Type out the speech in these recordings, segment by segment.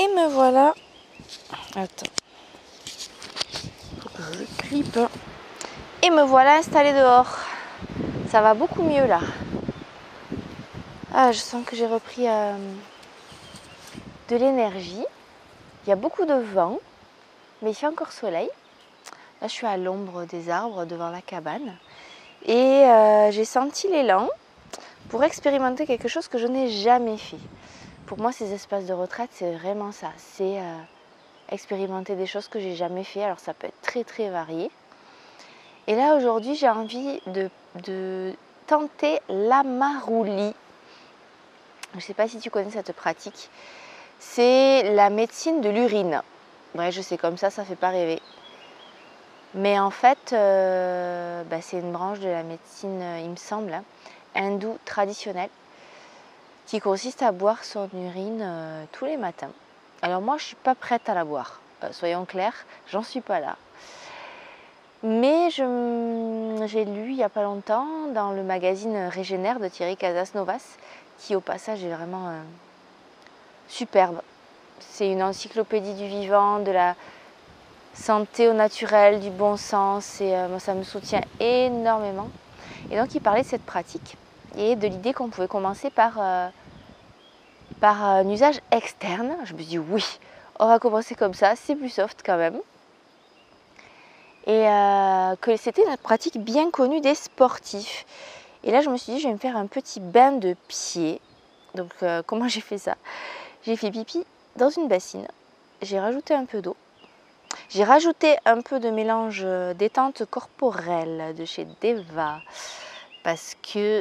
Et me voilà. Attends. Faut que je le clippe. Et me voilà installée dehors. Ça va beaucoup mieux là. Ah, je sens que j'ai repris de l'énergie. Il y a beaucoup de vent, mais il fait encore soleil. Là, je suis à l'ombre des arbres devant la cabane. Et j'ai senti l'élan pour expérimenter quelque chose que je n'ai jamais fait. Pour moi, ces espaces de retraite, c'est vraiment ça. C'est expérimenter des choses que j'ai jamais fait. Alors, ça peut être très, très varié. Et là, aujourd'hui, j'ai envie de tenter l'amarouli. Je ne sais pas si tu connais cette pratique. C'est la médecine de l'urine. Ouais, je sais, comme ça ne fait pas rêver. Mais en fait, c'est une branche de la médecine, il me semble, hindoue traditionnelle, qui consiste à boire son urine tous les matins. Alors moi, je ne suis pas prête à la boire. Soyons clairs, j'en suis pas là. Mais j'ai lu il n'y a pas longtemps dans le magazine Régénère de Thierry Casasnovas, qui au passage est vraiment superbe. C'est une encyclopédie du vivant, de la santé au naturel, du bon sens, et moi ça me soutient énormément. Et donc il parlait de cette pratique et de l'idée qu'on pouvait commencer par un usage externe. Je me dis oui, on va commencer comme ça, c'est plus soft quand même. Et que c'était une pratique bien connue des sportifs. Et là je me suis dit je vais me faire un petit bain de pied. Donc comment j'ai fait ça? J'ai fait pipi dans une bassine, j'ai rajouté un peu d'eau. J'ai rajouté un peu de mélange détente corporelle de chez Deva parce que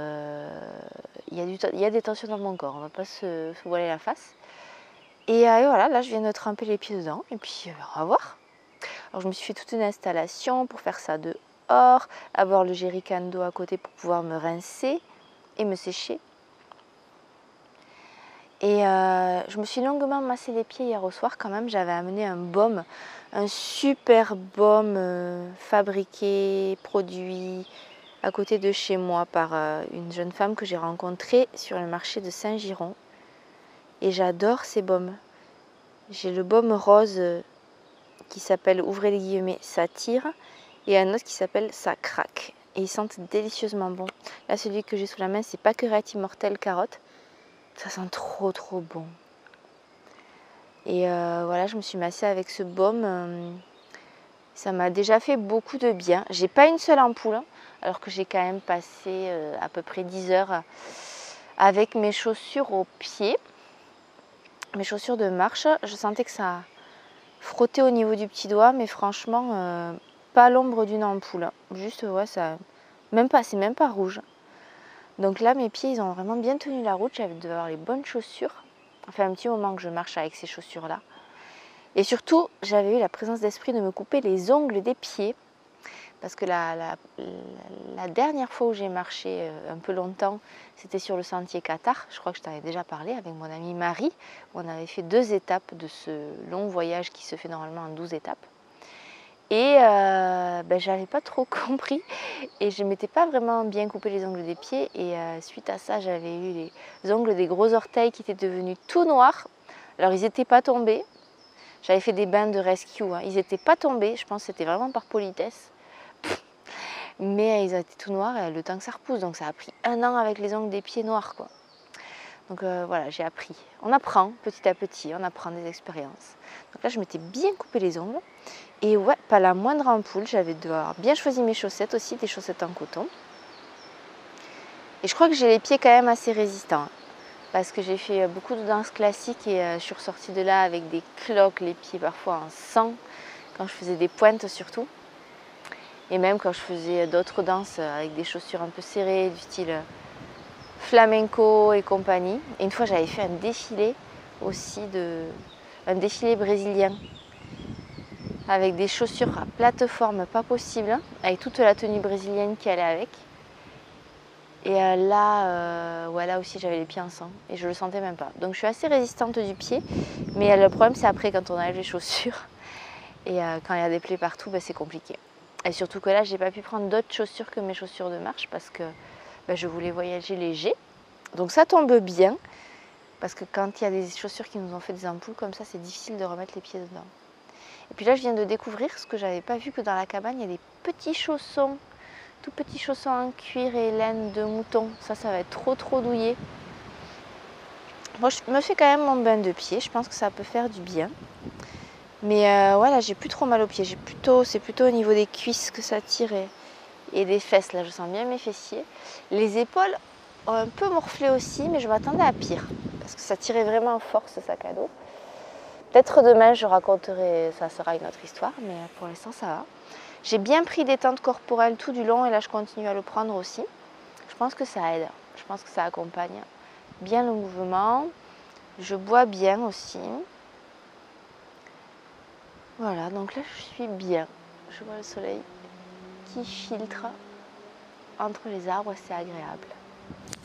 il y a des tensions dans mon corps, on ne va pas se voiler la face. Et voilà, là je viens de tremper les pieds dedans et puis on va voir. Alors je me suis fait toute une installation pour faire ça dehors, avoir le jerrycan d'eau à côté pour pouvoir me rincer et me sécher. Et je me suis longuement massé les pieds hier au soir quand même. J'avais amené un baume, un super baume fabriqué, produit à côté de chez moi par une jeune femme que j'ai rencontrée sur le marché de Saint-Giron. Et j'adore ces baumes. J'ai le baume rose qui s'appelle, ouvrez les guillemets, ça tire, et un autre qui s'appelle ça craque. Et ils sentent délicieusement bon. Là, celui que j'ai sous la main, c'est Pâquerette Immortelle Carotte. Ça sent trop trop bon. Et voilà, je me suis massée avec ce baume. Ça m'a déjà fait beaucoup de bien. J'ai pas une seule ampoule, hein, alors que j'ai quand même passé à peu près 10 heures avec mes chaussures aux pieds. Mes chaussures de marche. Je sentais que ça frottait au niveau du petit doigt, mais franchement, pas l'ombre d'une ampoule. Juste, ouais, ça. C'est même pas rouge. Donc là, mes pieds, ils ont vraiment bien tenu la route. J'avais dû avoir les bonnes chaussures. Ça fait un petit moment que je marche avec ces chaussures-là. Et surtout, j'avais eu la présence d'esprit de me couper les ongles des pieds. Parce que la dernière fois où j'ai marché un peu longtemps, c'était sur le sentier Qatar. Je crois que je t'en ai déjà parlé avec mon amie Marie. On avait fait 2 étapes de ce long voyage qui se fait normalement en 12 étapes. Et j'avais pas trop compris et je m'étais pas vraiment bien coupé les ongles des pieds. Et suite à ça, j'avais eu les ongles des gros orteils qui étaient devenus tout noirs. Alors ils n'étaient pas tombés. J'avais fait des bains de rescue, hein. Ils n'étaient pas tombés. Je pense que c'était vraiment par politesse. Mais ils étaient tout noirs le temps que ça repousse. Donc ça a pris 1 an avec les ongles des pieds noirs, quoi. Donc voilà, j'ai appris. On apprend petit à petit, on apprend des expériences. Donc là, je m'étais bien coupé les ongles. Et ouais, pas la moindre ampoule. J'avais bien choisi mes chaussettes aussi, des chaussettes en coton. Et je crois que j'ai les pieds quand même assez résistants. Parce que j'ai fait beaucoup de danse classique et je suis ressortie de là avec des cloques, les pieds parfois en sang, quand je faisais des pointes surtout. Et même quand je faisais d'autres danses avec des chaussures un peu serrées, du style flamenco et compagnie. Et une fois, j'avais fait un défilé aussi, un défilé brésilien, avec des chaussures à plateforme pas possible, hein, avec toute la tenue brésilienne qui allait avec. Et là aussi j'avais les pieds en sang et je le sentais même pas. Donc je suis assez résistante du pied, mais le problème c'est après quand on enlève les chaussures et quand il y a des plaies partout, c'est compliqué. Et surtout que là j'ai pas pu prendre d'autres chaussures que mes chaussures de marche parce que je voulais voyager léger. Donc ça tombe bien. Parce que quand il y a des chaussures qui nous ont fait des ampoules comme ça, c'est difficile de remettre les pieds dedans. Et puis là, je viens de découvrir ce que j'avais pas vu, que dans la cabane, il y a des petits chaussons, tout petits chaussons en cuir et laine de mouton. Ça va être trop douillet. Moi, je me fais quand même mon bain de pied. Je pense que ça peut faire du bien. Mais voilà, j'ai plus trop mal aux pieds. C'est plutôt au niveau des cuisses que ça tire et des fesses. Là, je sens bien mes fessiers. Les épaules ont un peu morflé aussi, mais je m'attendais à pire. Parce que ça tirait vraiment fort, ce sac à dos. Peut-être demain, je raconterai, ça sera une autre histoire, mais pour l'instant, ça va. J'ai bien pris des tentes corporelles tout du long et là, je continue à le prendre aussi. Je pense que ça aide. Je pense que ça accompagne bien le mouvement. Je bois bien aussi. Voilà, donc là, je suis bien. Je vois le soleil qui filtre entre les arbres, c'est agréable.